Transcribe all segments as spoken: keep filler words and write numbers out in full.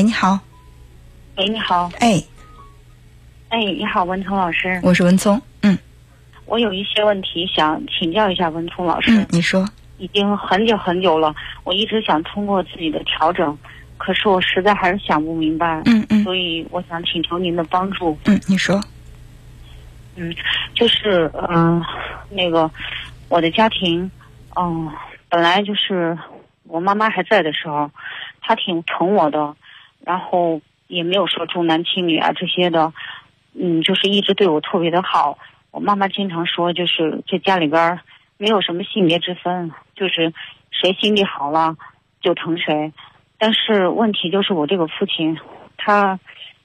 你好。 喂，你好。 哎， 哎，你好，文聪老师。 我是文聪。嗯， 我有一些问题想请教一下文聪老师。 嗯，你说。 已经很久很久了，我一直想通过自己的调整，可是我实在还是想不明白。 嗯嗯。 所以我想请求您的帮助。 嗯，你说。 嗯，就是嗯、呃，那个我的家庭，嗯、呃，本来就是我妈妈还在的时候，她挺疼我的，然后也没有说重男轻女啊这些的，嗯，就是一直对我特别的好。我妈妈经常说，就是这家里边没有什么性别之分，就是谁心地好了就疼谁。但是问题就是我这个父亲，他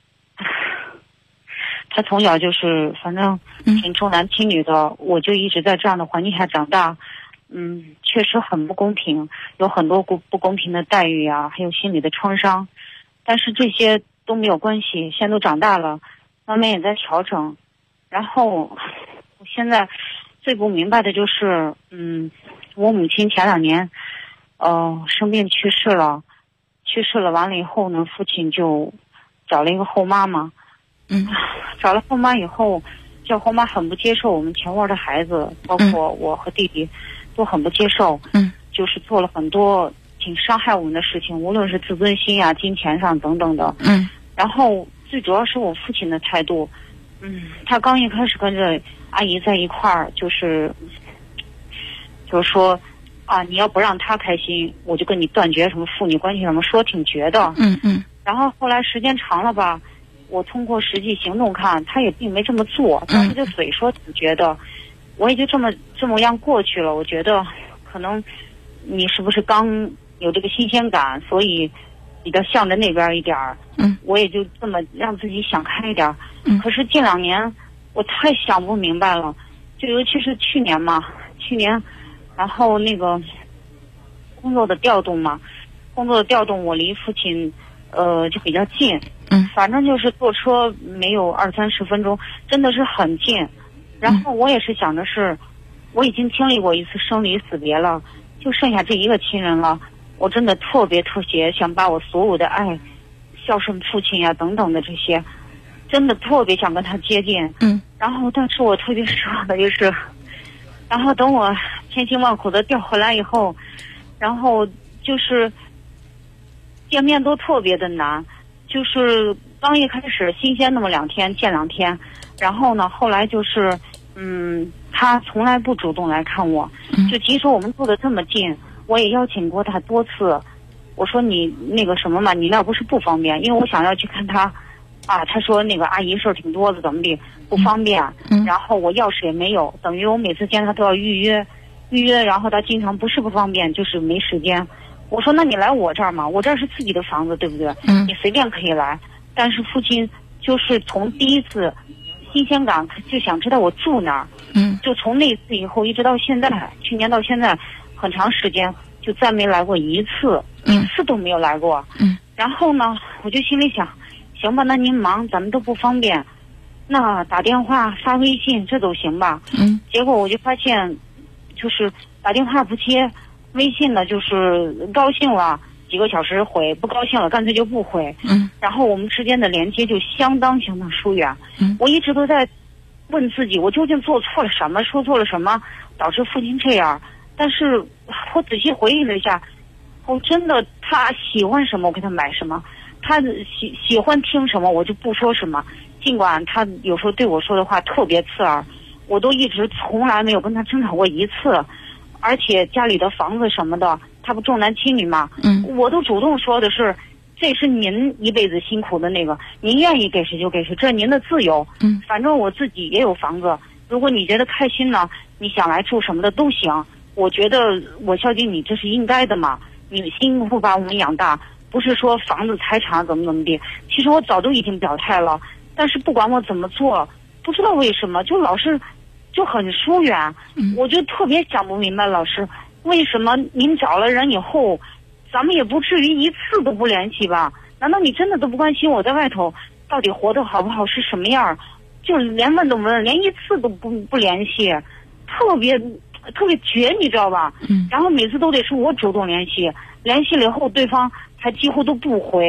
他从小就是反正挺重男轻女的，嗯、我就一直在这样的环境下长大。嗯，确实很不公平，有很多不不公平的待遇啊，还有心理的创伤。但是这些都没有关系，现在都长大了，慢慢也在调整。然后我现在最不明白的就是，嗯，我母亲前两年，呃，生病去世了，去世了。完了以后呢，父亲就找了一个后妈嘛， 嗯， 找了后妈以后，这后妈很不接受我们前窝的孩子，包括我和弟弟，都很不接受， 嗯，就是做了很多挺伤害我们的事情，无论是自尊心啊、金钱上等等的， 嗯， 然后最主要是我父亲的态度。嗯，他刚一开始跟着阿姨在一块儿，就是就是说啊，你要不让他开心，我就跟你断绝什么父女关系什么，说挺绝的。 嗯嗯。 然后后来时间长了吧，我通过实际行动看，他也并没这么做，但是这嘴说挺绝的，我也就这么这么样过去了。我觉得可能你是不是刚有这个新鲜感，所以比较向着那边一点儿。 嗯， 我也就这么让自己想开一点。 嗯， 可是近两年我太想不明白了，就尤其是去年嘛，去年，然后那个工作的调动嘛，工作的调动，我离父亲呃就比较近。 嗯， 反正就是坐车没有二三十分钟，真的是很近。然后我也是想的是，我已经经历过一次生离死别了，就剩下这一个亲人了。我真的特别特别想把我所有的爱孝顺父亲呀、啊、等等的这些，真的特别想跟他接近。 嗯， 然后但是我特别失望的就是，然后等我千辛万苦的调回来以后，然后就是见面都特别的难，就是刚一开始新鲜那么两天见两天，然后呢后来就是嗯他从来不主动来看我，就即使我们住的这么近，我也邀请过他多次。我说你那个什么嘛，你那不是不方便，因为我想要去看他啊。他说那个阿姨事儿挺多的，怎么的不方便。 嗯， 然后我钥匙也没有，等于我每次见他都要预约预约，然后他经常不是不方便，就是没时间。我说那你来我这儿嘛，我这儿是自己的房子，对不对？ 嗯， 你随便可以来。但是父亲就是从第一次新鲜感就想知道我住哪儿。 嗯， 就从那次以后一直到现在，去年到现在很长时间就再没来过一次。一次都没有来过。 嗯， 然后呢，我就心里想，行吧，那您忙，咱们都不方便，那打电话发微信这都行吧。 嗯， 结果我就发现，就是打电话不接，微信呢就是高兴了几个小时回，不高兴了干脆就不回。 嗯， 然后我们之间的连接就相当相当疏远。 嗯， 我一直都在问自己，我究竟做错了什么，说错了什么，导致父亲这样。但是我仔细回忆了一下，我真的他喜欢什么我给他买什么，他喜喜欢听什么我就不说什么，尽管他有时候对我说的话特别刺耳，我都一直从来没有跟他争吵过一次。而且家里的房子什么的，他不重男轻女嘛， 嗯， 我都主动说的是，这是您一辈子辛苦的那个，您愿意给谁就给谁，这是您的自由。 嗯， 反正我自己也有房子，如果你觉得开心呢，你想来住什么的都行。我觉得我孝敬你这是应该的嘛，你辛苦把我们养大，不是说房子财产怎么怎么地。其实我早都已经表态了，但是不管我怎么做，不知道为什么就老是就很疏远。 嗯， 我就特别想不明白，老师为什么您找了人以后，咱们也不至于一次都不联系吧？难道你真的都不关心我在外头到底活得好不好，是什么样？就是连问都没问，连一次都不不联系，特别特别绝，你知道吧？ 嗯， 然后每次都得是我主动联系，联系了以后对方还几乎都不回。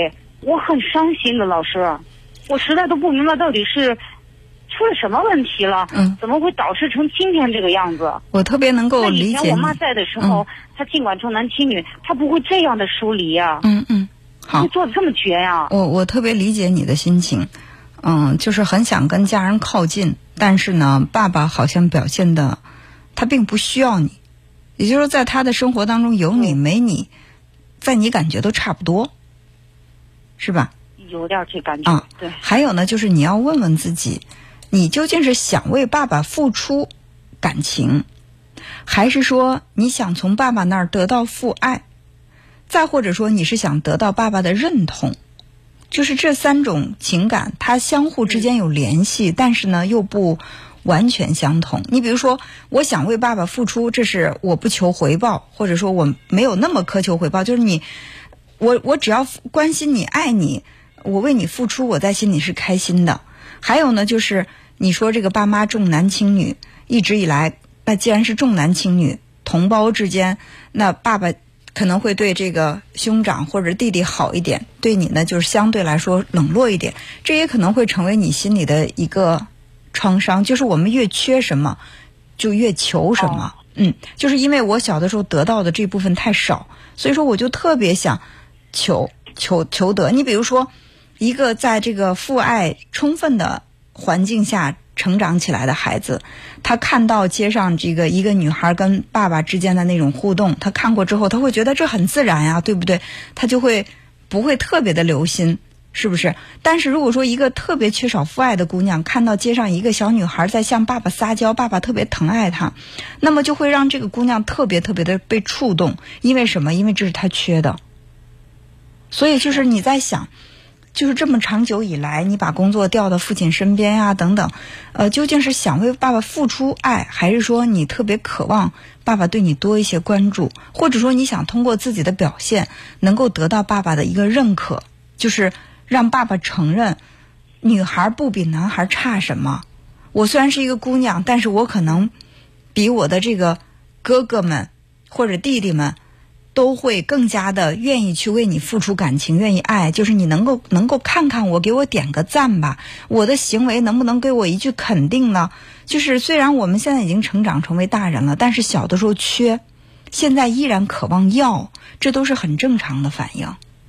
我很伤心的，老师，我实在都不明白到底是出了什么问题了， 嗯， 怎么会导致成今天这个样子？ 我特别能够理解你。 以前我妈在的时候，她、嗯、尽管重男轻女，她不会这样的疏离呀、啊。 嗯嗯，好， 你做的这么绝呀、啊？ 我我特别理解你的心情，嗯，就是很想跟家人靠近，但是呢，爸爸好像表现的，他并不需要你，也就是说，在他的生活当中有你没你，在你感觉都差不多，是吧？ 有点这感觉啊。对。 还有呢，就是你要问问自己，你究竟是想为爸爸付出感情，还是说你想从爸爸那儿得到父爱，再或者说你是想得到爸爸的认同？就是这三种情感，它相互之间有联系，嗯、但是呢又不完全相同。你比如说，我想为爸爸付出，这是我不求回报，或者说我没有那么苛求回报，就是你，我我只要关心你、爱你，我为你付出，我在心里是开心的。还有呢，就是你说这个爸妈重男轻女，一直以来，那既然是重男轻女，同胞之间，那爸爸可能会对这个兄长或者弟弟好一点，对你呢就是相对来说冷落一点，这也可能会成为你心里的一个创伤。就是我们越缺什么，就越求什么。嗯，就是因为我小的时候得到的这部分太少，所以说我就特别想求求求得。你比如说，一个在这个父爱充分的环境下成长起来的孩子，他看到街上这个一个女孩跟爸爸之间的那种互动，他看过之后，他会觉得这很自然呀，对不对？他就会不会特别的留心，是不是？但是如果说一个特别缺少父爱的姑娘看到街上一个小女孩在向爸爸撒娇，爸爸特别疼爱她，那么就会让这个姑娘特别特别的被触动。因为什么？因为这是她缺的。所以就是你在想，就是这么长久以来，你把工作调到父亲身边呀、啊，等等，呃，究竟是想为爸爸付出爱，还是说你特别渴望爸爸对你多一些关注，或者说你想通过自己的表现能够得到爸爸的一个认可，就是让爸爸承认女孩不比男孩差什么。我虽然是一个姑娘，但是我可能比我的这个哥哥们或者弟弟们都会更加的愿意去为你付出感情，愿意爱，就是你能够能够看看我，给我点个赞吧，我的行为能不能给我一句肯定呢？就是虽然我们现在已经成长成为大人了，但是小的时候缺，现在依然渴望要，这都是很正常的反应。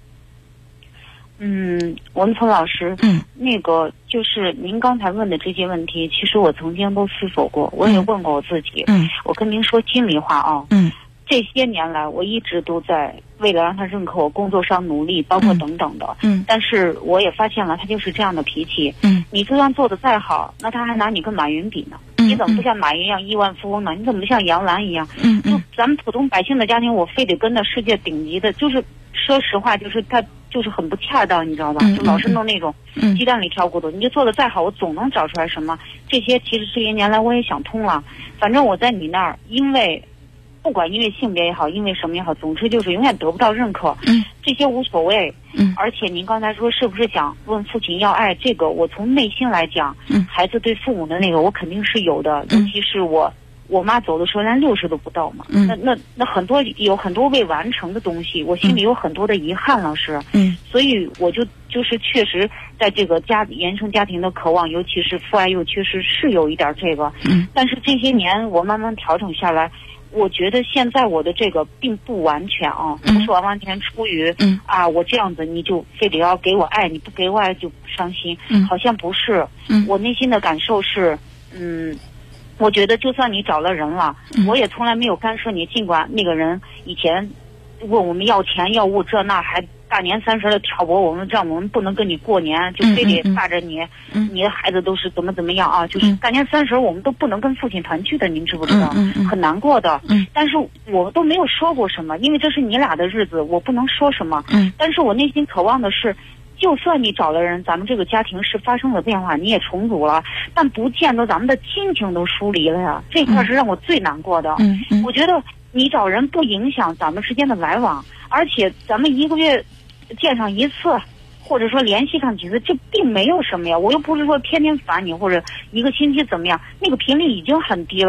嗯，文聪老师， 嗯， 那个就是您刚才问的这些问题，其实我曾经都思索过，我也问过我自己。 嗯， 我跟您说心里话啊， 嗯。 这些年来，我一直都在为了让他认可我工作上努力，包括等等的。 嗯。 但是我也发现了，他就是这样的脾气。 嗯。 你就算做的再好，那他还拿你跟马云比呢。嗯。你怎么不像马云一样亿万富翁呢？你怎么不像杨澜一样？ 嗯嗯。 就咱们普通百姓的家庭，我非得跟到世界顶级的，就是说实话，就是他就是很不恰当，你知道吧？ 嗯。 就老是弄那种鸡蛋里挑骨头。嗯。你就做的再好，我总能找出来什么。这些其实这些年来我也想通了。反正我在你那儿，因为。不管因为性别也好，因为什么也好，总之就是永远得不到认可。 嗯， 这些无所谓。 嗯， 而且您刚才说是不是想问父亲要爱？这个我从内心来讲， 嗯， 孩子对父母的那个我肯定是有的。 嗯、 尤其是我我妈走的时候连六十都不到嘛。 嗯， 那那那很多有很多未完成的东西，我心里有很多的遗憾，老师。 嗯， 所以我就就是确实在这个家原生家庭的渴望，尤其是父爱又确实是有一点这个。 嗯， 但是这些年我慢慢调整下来。我觉得现在我的这个并不完全啊，不是完完全出于嗯啊我这样子你就非得要给我爱，你不给我爱就不伤心， 嗯， 好像不是， 嗯， 我内心的感受是，嗯，我觉得就算你找了人了， 嗯， 我也从来没有干涉你，尽管那个人以前问我们要钱要物这那，还大年三十的挑拨我们，让我们不能跟你过年，就非得霸着你， 嗯， 你的孩子都是怎么怎么样啊，就是大年三十我们都不能跟父亲团聚的，您知不知道？ 嗯嗯， 很难过的。 嗯， 但是我都没有说过什么，因为这是你俩的日子，我不能说什么。 嗯， 但是我内心渴望的是，就算你找了人，咱们这个家庭是发生了变化，你也重组了，但不见得咱们的亲情都疏离了呀。这块是让我最难过的。 嗯嗯， 我觉得你找人不影响咱们之间的来往，而且咱们一个月见上一次，或者说联系上几次，这并没有什么呀。我又不是说天天烦你，或者一个星期怎么样，那个频率已经很低了。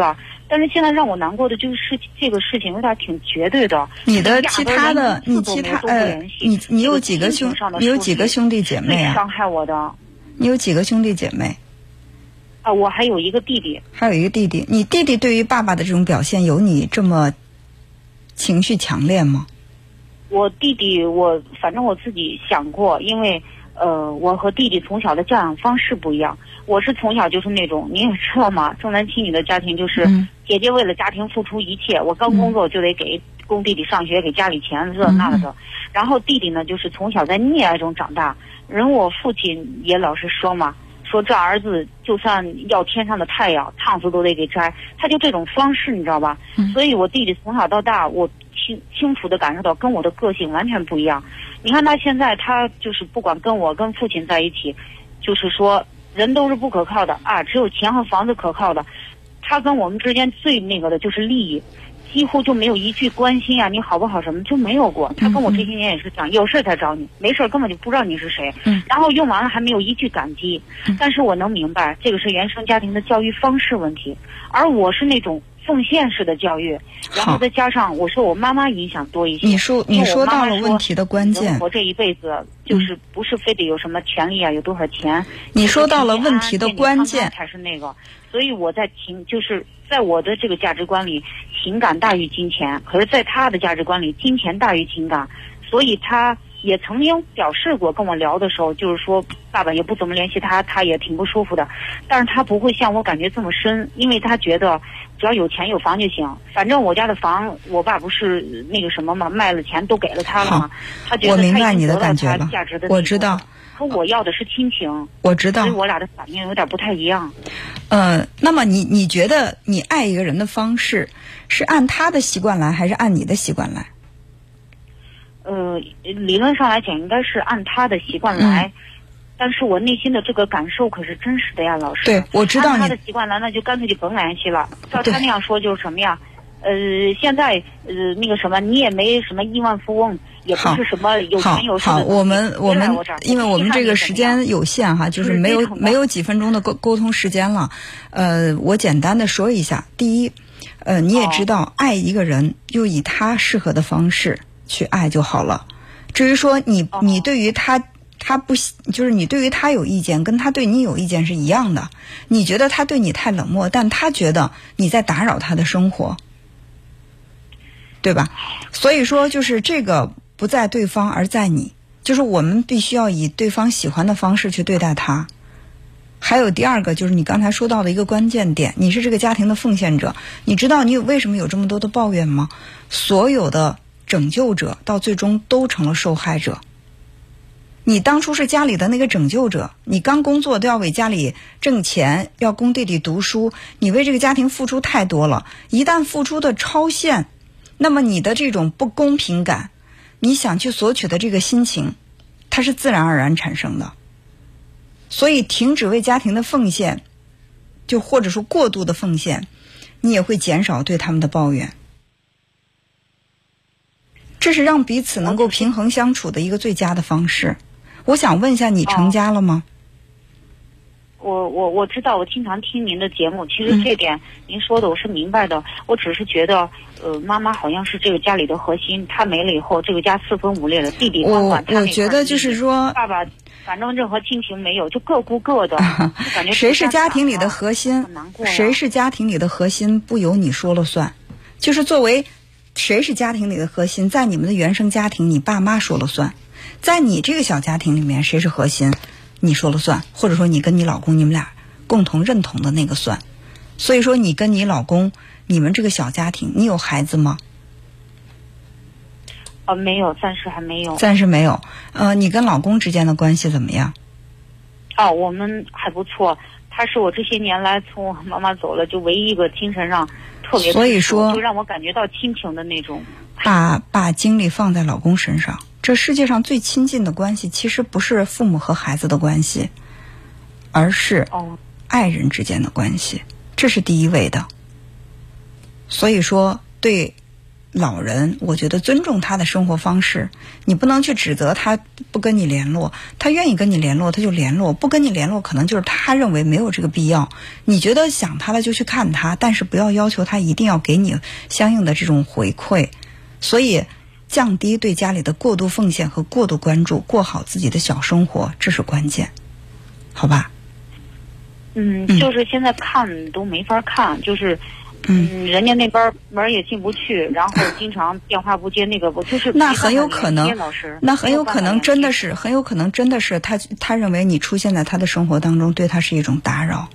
但是现在让我难过的就是这个事情有点挺绝对的。 你的其他的，你其他呃，你你有几个兄，你有几个兄弟姐妹啊？ 伤害我的。 你有几个兄弟姐妹？ 啊，我还有一个弟弟。 还有一个弟弟，你弟弟对于爸爸的这种表现有你这么情绪强烈吗？ 我弟弟，我反正我自己想过，因为呃，我和弟弟从小的教养方式不一样。我是从小就是那种，你也知道嘛，重男轻女的家庭，就是姐姐为了家庭付出一切，我刚工作就得给供弟弟上学，给家里钱这那的。然后弟弟呢，就是从小在溺爱中长大。人我父亲也老是说嘛，说这儿子就算要天上的太阳，烫死都得给摘，他就这种方式，你知道吧？所以我弟弟从小到大，我清清楚的感受到跟我的个性完全不一样。你看他现在，他就是不管跟我跟父亲在一起，就是说人都是不可靠的啊，只有钱和房子可靠的。他跟我们之间最那个的就是利益，几乎就没有一句关心啊，你好不好什么就没有过。他跟我这些年也是这样，有事才找你，没事根本就不知道你是谁。然后用完了还没有一句感激。但是我能明白，这个是原生家庭的教育方式问题，而我是那种奉献式的教育，然后再加上我受我妈妈影响多一些。 你说你说到了问题的关键， 我这一辈子就是不是非得有什么权利啊，有多少钱。 你说到了问题的关键才是那个。所以我在情就是在我的这个价值观里，情感大于金钱，可是在他的价值观里，金钱大于情感。所以他也曾经表示过，跟我聊的时候，就是说爸爸也不怎么联系他，他也挺不舒服的。但是他不会像我感觉这么深，因为他觉得只要有钱有房就行。反正我家的房，我爸不是那个什么嘛，卖了钱都给了他了嘛。他觉得他已经得到他价值的， 我知道。 可我要的是亲情， 我知道， 所以我俩的反应有点不太一样。 呃，那么你你觉得你爱一个人的方式是按他的习惯来，还是按你的习惯来？ 呃，理论上来讲应该是按他的习惯来，嗯、但是我内心的这个感受可是真实的呀，老师。 对，我知道你。 按他的习惯来，那就干脆就甭联系了。照他那样说就是什么呀？呃，现在呃那个什么，你也没什么亿万富翁。也不是什么有钱有势的。 好，好，我们我们因为我们这个时间有限哈，就是没有没有几分钟的沟沟通时间了。呃，我简单的说一下，第一，呃，你也知道，哦、爱一个人就以他适合的方式去爱就好了。至于说你你对于他他不就是你对于他有意见，跟他对你有意见是一样的。你觉得他对你太冷漠，但他觉得你在打扰他的生活，对吧？所以说，就是这个。不在对方而在你，就是我们必须要以对方喜欢的方式去对待他。还有第二个就是你刚才说到的一个关键点，你是这个家庭的奉献者，你知道你为什么有这么多的抱怨吗？所有的拯救者到最终都成了受害者。你当初是家里的那个拯救者，你刚工作都要为家里挣钱，要供弟弟读书，你为这个家庭付出太多了，一旦付出的超限，那么你的这种不公平感，你想去索取的这个心情，它是自然而然产生的。所以停止为家庭的奉献，就或者说过度的奉献，你也会减少对他们的抱怨。这是让彼此能够平衡相处的一个最佳的方式。我想问一下，你成家了吗？ 我我我知道，我经常听您的节目，其实这点您说的我是明白的。嗯、我只是觉得，呃，妈妈好像是这个家里的核心，她没了以后，这个家四分五裂了。弟弟光管他那块， 我觉得就是说， 爸爸反正任何亲情没有，就各顾各的。就感觉谁是家庭里的核心？谁是家庭里的核心？不由你说了算。就是作为谁是家庭里的核心，在你们的原生家庭，你爸妈说了算；在你这个小家庭里面，谁是核心？你说了算，或者说你跟你老公你们俩共同认同的那个算。所以说你跟你老公，你们这个小家庭，你有孩子吗？ 呃，没有，暂时还没有。 暂时没有。呃，你跟老公之间的关系怎么样？ 哦，我们还不错。他是我这些年来从我妈妈走了，就唯一一个精神上特别， 所以说就让我感觉到亲情的那种。 把把精力放在老公身上。这世界上最亲近的关系，其实不是父母和孩子的关系，而是爱人之间的关系，这是第一位的。所以说，对老人，我觉得尊重他的生活方式，你不能去指责他不跟你联络，他愿意跟你联络他就联络，不跟你联络可能就是他认为没有这个必要，你觉得想他了就去看他，但是不要要求他一定要给你相应的这种回馈。所以降低对家里的过度奉献和过度关注，过好自己的小生活，这是关键，好吧？ 嗯，就是现在看都没法看，就是嗯，人家那边门也进不去，然后经常电话不接，那个不就是那很有可能， 老师， 那很有可能真的是，很有可能真的是他他认为你出现在他的生活当中，对他是一种打扰。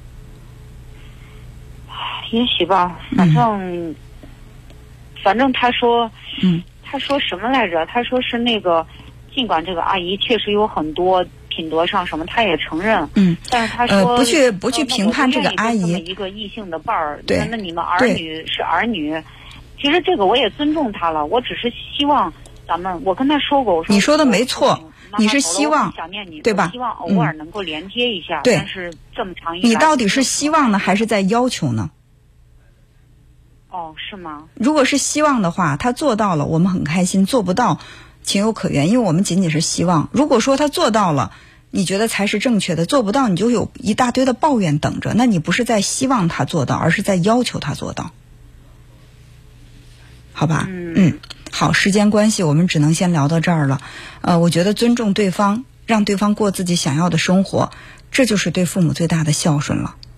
也许吧，反正、嗯、反正他说， 嗯， 他说什么来着？他说是那个，尽管这个阿姨确实有很多品德上什么，他也承认， 嗯， 但是他说、 呃、不去不去评判这个阿姨， 一个异性的伴儿， 对， 那你们儿女是儿女，其实这个我也尊重他了，我只是希望咱们，我跟他说过，我说你说的没错。你是希望， 想念你， 对吧？ 希望偶尔能够连接一下， 嗯、对。 但是这么长一段， 你到底是希望呢，还是在要求呢？ 哦，是吗？ 如果是希望的话，他做到了，我们很开心；做不到，情有可原，因为我们仅仅是希望。如果说他做到了，你觉得才是正确的；做不到，你就有一大堆的抱怨等着。那你不是在希望他做到，而是在要求他做到，好吧？ 嗯。 嗯好，时间关系，我们只能先聊到这儿了。呃，我觉得尊重对方，让对方过自己想要的生活，这就是对父母最大的孝顺了。